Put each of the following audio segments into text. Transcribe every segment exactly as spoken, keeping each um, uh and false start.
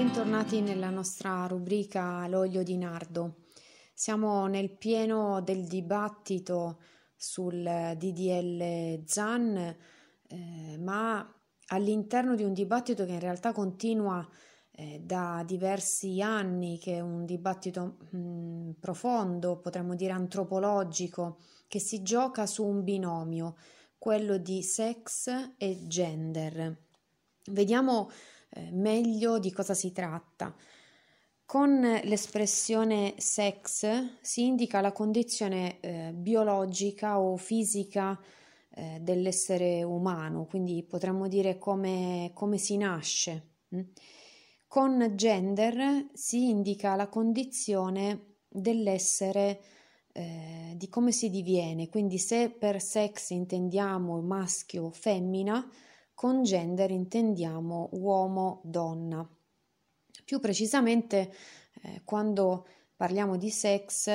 Bentornati nella nostra rubrica L'olio di nardo. Siamo nel pieno del dibattito sul D D L Zan, eh, ma all'interno di un dibattito che in realtà continua eh, da diversi anni, che è un dibattito mh, profondo, potremmo dire antropologico, che si gioca su un binomio, quello di sex e gender. Vediamo eh, meglio di cosa si tratta. Con l'espressione sex si indica la condizione eh, biologica o fisica eh, dell'essere umano, quindi potremmo dire come, come si nasce. Mm? Con gender si indica la condizione dell'essere, eh, di come si diviene, quindi se per sex intendiamo maschio o femmina, con gender intendiamo uomo-donna. Più precisamente, eh, quando parliamo di sex,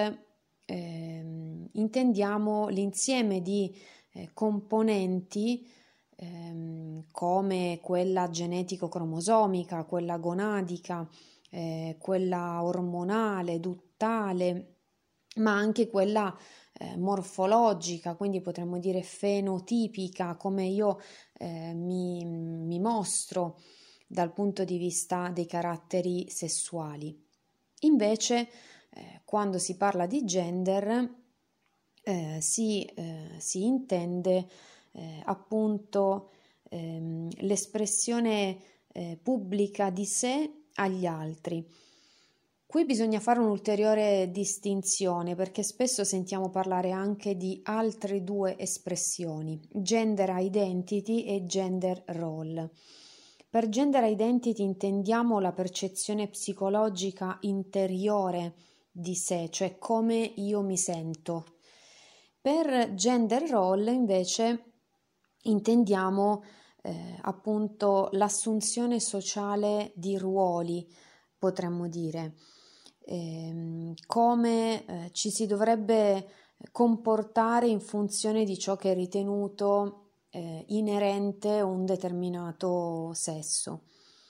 eh, intendiamo l'insieme di eh, componenti ehm, come quella genetico-cromosomica, quella gonadica, eh, quella ormonale, duttale, ma anche quella eh, morfologica, quindi potremmo dire fenotipica, come io eh, mi, mi mostro dal punto di vista dei caratteri sessuali. Invece, eh, quando si parla di gender, eh, si, eh, si intende eh, appunto ehm, l'espressione eh, pubblica di sé agli altri. Qui bisogna fare un'ulteriore distinzione perché spesso sentiamo parlare anche di altre due espressioni, gender identity e gender role. Per gender identity intendiamo la percezione psicologica interiore di sé, cioè come io mi sento. Per gender role invece intendiamo eh, appunto l'assunzione sociale di ruoli, potremmo dire, ehm, come eh, ci si dovrebbe comportare in funzione di ciò che è ritenuto eh, inerente a un determinato sesso.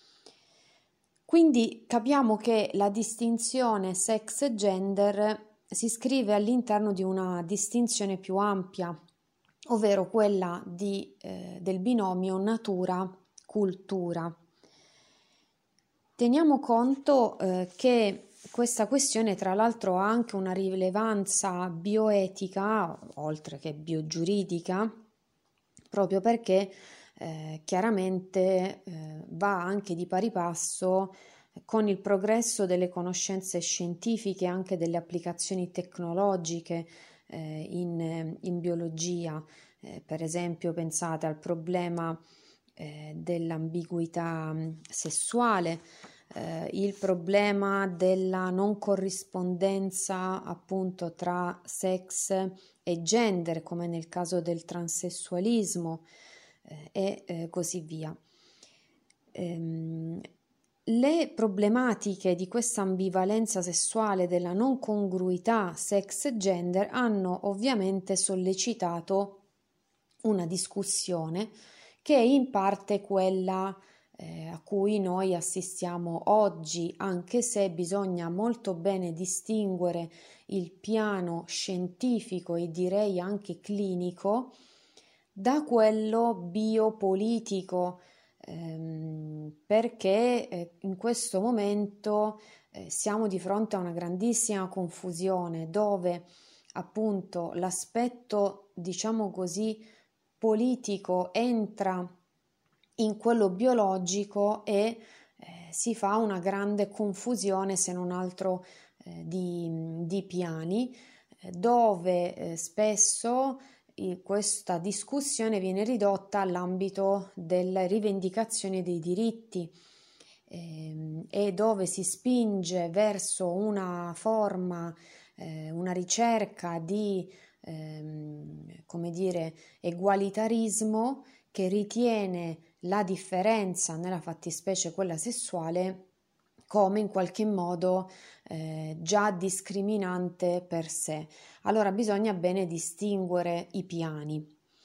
Quindi capiamo che la distinzione sex e gender si scrive all'interno di una distinzione più ampia, ovvero quella di, eh, del binomio natura-cultura. Teniamo conto eh, che questa questione tra l'altro ha anche una rilevanza bioetica, oltre che biogiuridica, proprio perché eh, chiaramente eh, va anche di pari passo con il progresso delle conoscenze scientifiche e anche delle applicazioni tecnologiche eh, in, in biologia. Eh, per esempio, pensate al problema eh, dell'ambiguità sessuale, eh, il problema della non corrispondenza appunto tra sex e gender, come nel caso del transessualismo eh, e eh, così via. Ehm, le problematiche di questa ambivalenza sessuale, della non congruità sex-gender, hanno ovviamente sollecitato una discussione che è in parte quella eh, a cui noi assistiamo oggi, anche se bisogna molto bene distinguere il piano scientifico e direi anche clinico da quello biopolitico, ehm, perché eh, in questo momento eh, siamo di fronte a una grandissima confusione dove appunto l'aspetto, diciamo così, politico entra in quello biologico e eh, si fa una grande confusione, se non altro eh, di, di piani, eh, dove eh, spesso eh, questa discussione viene ridotta all'ambito delle rivendicazioni dei diritti ehm, e dove si spinge verso una forma, eh, una ricerca di, ehm, come dire, egualitarismo che ritiene la differenza, nella fattispecie quella sessuale, come in qualche modo eh, già discriminante per sé. Allora bisogna bene distinguere i piani.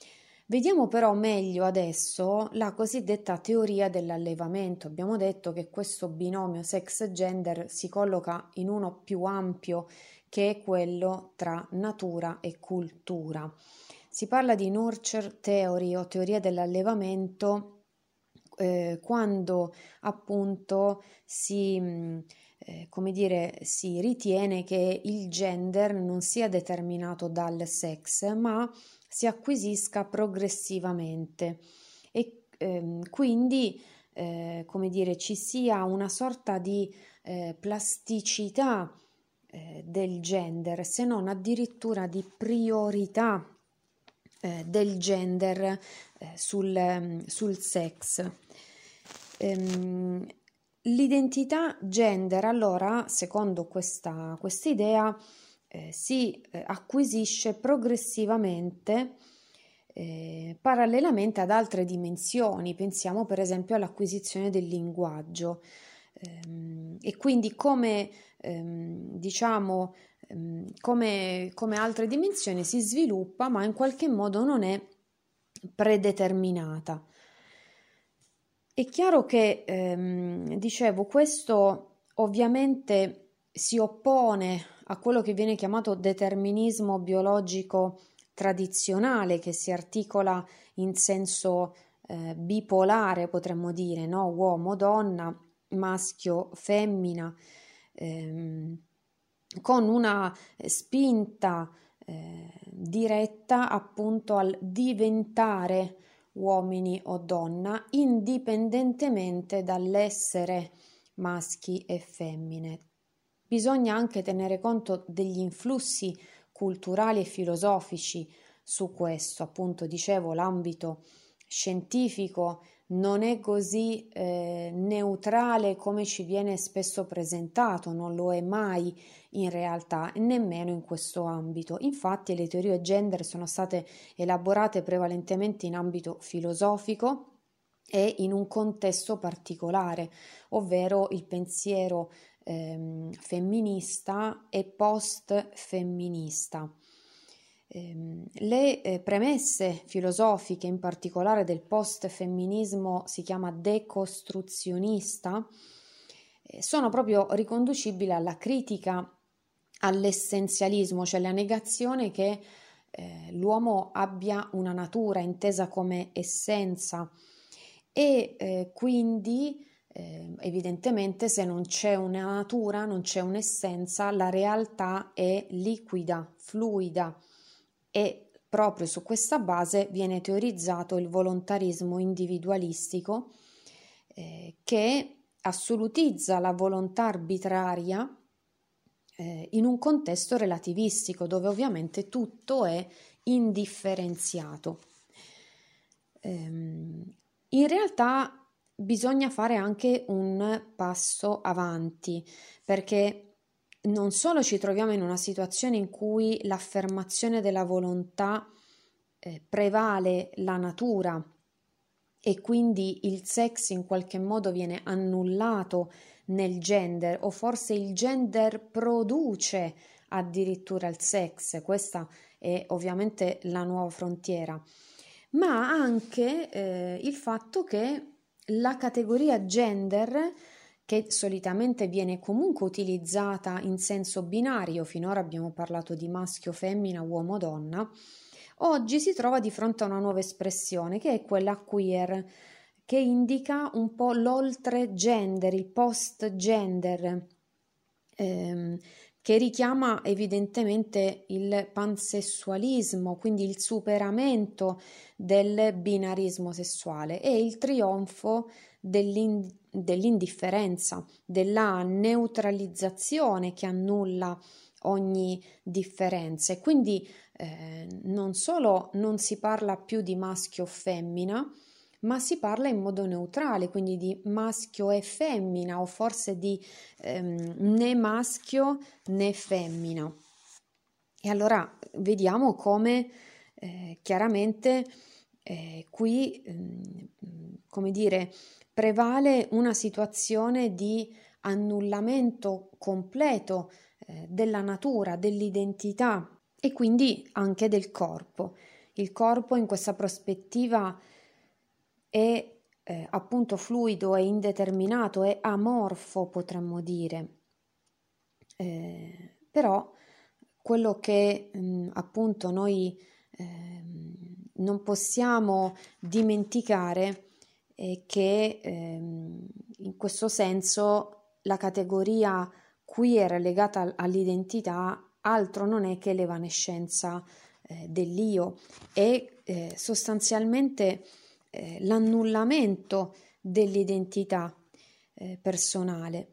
Vediamo però meglio adesso la cosiddetta teoria dell'allevamento. Abbiamo detto che questo binomio sex-gender si colloca in uno più ampio, che è quello tra natura e cultura. Si parla di nurture theory o teoria dell'allevamento eh, quando appunto si, mh, eh, come dire, si ritiene che il gender non sia determinato dal sex, ma si acquisisca progressivamente e ehm, quindi eh, come dire ci sia una sorta di eh, plasticità eh, del gender, se non addirittura di priorità eh, del gender eh, sul, sul sex. Ehm, l'identità gender, allora, secondo questa idea, eh, si eh, acquisisce progressivamente eh, parallelamente ad altre dimensioni. Pensiamo per esempio all'acquisizione del linguaggio. Ehm, e quindi come ehm, diciamo ehm, come, come altre dimensioni si sviluppa, ma in qualche modo non è predeterminata. È chiaro che, ehm, dicevo, questo ovviamente si oppone a quello che viene chiamato determinismo biologico tradizionale, che si articola in senso eh, bipolare, potremmo dire, no? Uomo-donna, maschio-femmina, ehm, con una spinta eh, diretta appunto al diventare uomini o donna, indipendentemente dall'essere maschi e femmine. Bisogna anche tenere conto degli influssi culturali e filosofici su questo, appunto dicevo, l'ambito scientifico non è così eh, neutrale come ci viene spesso presentato, non lo è mai in realtà, nemmeno in questo ambito. Infatti le teorie gender sono state elaborate prevalentemente in ambito filosofico e in un contesto particolare, ovvero il pensiero ehm, femminista e post-femminista. Ehm, le eh, premesse filosofiche, in particolare del post-femminismo, si chiama decostruzionista, eh, sono proprio riconducibili alla critica all'essenzialismo, cioè la negazione che eh, l'uomo abbia una natura intesa come essenza e eh, quindi eh, evidentemente se non c'è una natura, non c'è un'essenza, la realtà è liquida, fluida e proprio su questa base viene teorizzato il volontarismo individualistico eh, che assolutizza la volontà arbitraria eh, in un contesto relativistico dove ovviamente tutto è indifferenziato. Ehm, in realtà bisogna fare anche un passo avanti perché non solo ci troviamo in una situazione in cui l'affermazione della volontà eh, prevale la natura e quindi il sex in qualche modo viene annullato nel gender o forse il gender produce addirittura il sex, questa è ovviamente la nuova frontiera, ma anche eh, il fatto che la categoria gender, che solitamente viene comunque utilizzata in senso binario, finora abbiamo parlato di maschio-femmina, uomo-donna, oggi si trova di fronte a una nuova espressione che è quella queer, che indica un po' l'oltre gender, il post gender, ehm, che richiama evidentemente il pansessualismo, quindi il superamento del binarismo sessuale e il trionfo dell'in- dell'indifferenza, della neutralizzazione che annulla ogni differenza e quindi eh, non solo non si parla più di maschio o femmina, ma si parla in modo neutrale, quindi di maschio e femmina o forse di ehm, né maschio né femmina. E allora vediamo come eh, chiaramente eh, qui, ehm, come dire, prevale una situazione di annullamento completo eh, della natura, dell'identità e quindi anche del corpo. Il corpo in questa prospettiva è eh, appunto fluido, è indeterminato, è amorfo, potremmo dire. Eh, però quello che mh, appunto noi eh, non possiamo dimenticare è che ehm, in questo senso la categoria queer legata all'identità altro non è che l'evanescenza eh, dell'io e eh, sostanzialmente eh, l'annullamento dell'identità eh, personale.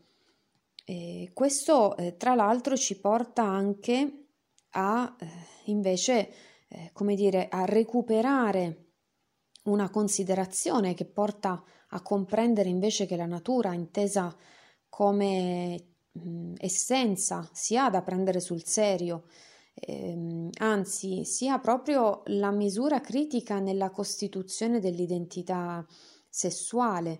E questo eh, tra l'altro ci porta anche a eh, invece eh, come dire a recuperare una considerazione che porta a comprendere invece che la natura intesa come mh, essenza sia da prendere sul serio, ehm, anzi sia proprio la misura critica nella costituzione dell'identità sessuale.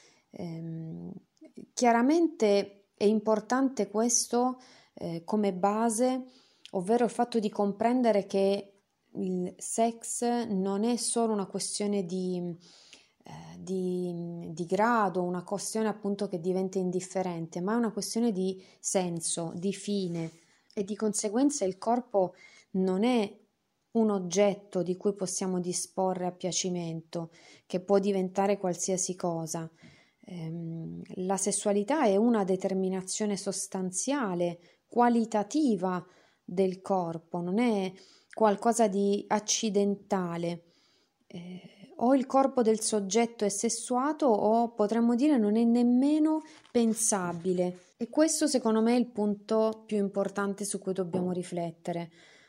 Ehm, chiaramente è importante questo eh, come base, ovvero il fatto di comprendere che il sex non è solo una questione di, eh, di, di grado, una questione appunto che diventa indifferente, ma è una questione di senso, di fine e di conseguenza il corpo non è un oggetto di cui possiamo disporre a piacimento, che può diventare qualsiasi cosa. Ehm, la sessualità è una determinazione sostanziale, qualitativa del corpo, non è qualcosa di accidentale. Eh, o il corpo del soggetto è sessuato o potremmo dire non è nemmeno pensabile. E questo secondo me è il punto più importante su cui dobbiamo riflettere.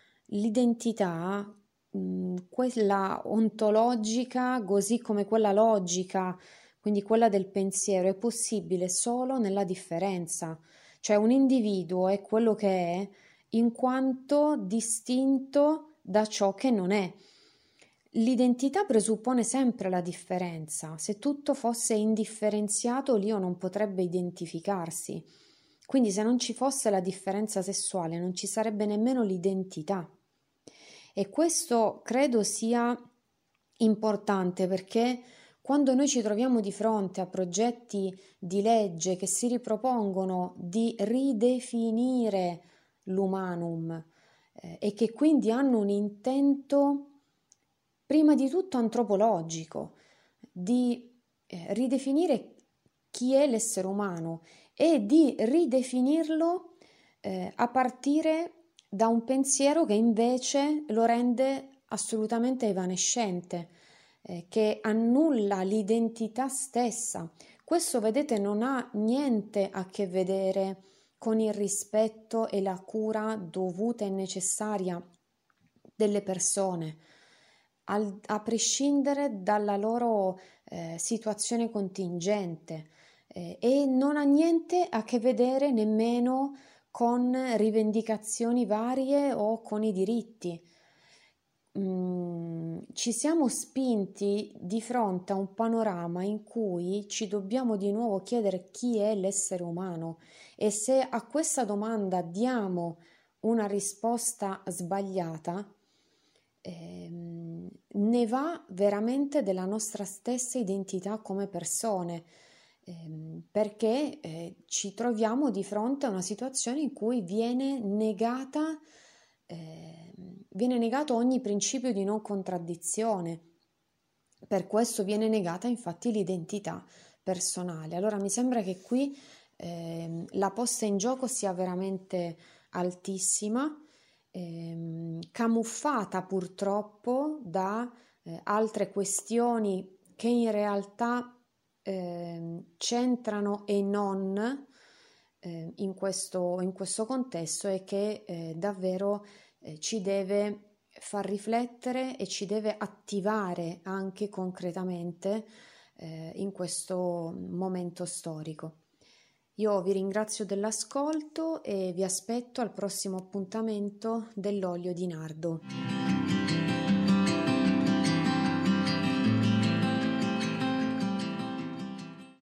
L'identità, mh, quella ontologica, così come quella logica, quindi quella del pensiero, è possibile solo nella differenza. Cioè un individuo è quello che è in quanto distinto da ciò che non è. L'identità presuppone sempre la differenza. Se tutto fosse indifferenziato, l'io non potrebbe identificarsi. Quindi se non ci fosse la differenza sessuale, non ci sarebbe nemmeno l'identità. E questo credo sia importante perché quando noi ci troviamo di fronte a progetti di legge che si ripropongono di ridefinire l'humanum eh, e che quindi hanno un intento prima di tutto antropologico, di eh, ridefinire chi è l'essere umano e di ridefinirlo eh, a partire da un pensiero che invece lo rende assolutamente evanescente, eh, che annulla l'identità stessa. Questo, vedete, non ha niente a che vedere con il rispetto e la cura dovuta e necessaria delle persone, al, a prescindere dalla loro eh, situazione contingente eh, e non ha niente a che vedere nemmeno con rivendicazioni varie o con i diritti. Mm, ci siamo spinti di fronte a un panorama in cui ci dobbiamo di nuovo chiedere chi è l'essere umano e se a questa domanda diamo una risposta sbagliata, ehm, ne va veramente della nostra stessa identità come persone, ehm, perché eh, ci troviamo di fronte a una situazione in cui viene negata, eh, viene negato ogni principio di non contraddizione. Per questo viene negata infatti l'identità personale. Allora mi sembra che qui eh, la posta in gioco sia veramente altissima, ehm, camuffata purtroppo da eh, altre questioni che in realtà eh, c'entrano e non eh, in questo, in questo contesto e che eh, davvero eh, ci deve far riflettere e ci deve attivare anche concretamente eh, in questo momento storico. Io vi ringrazio dell'ascolto e vi aspetto al prossimo appuntamento dell'olio di nardo.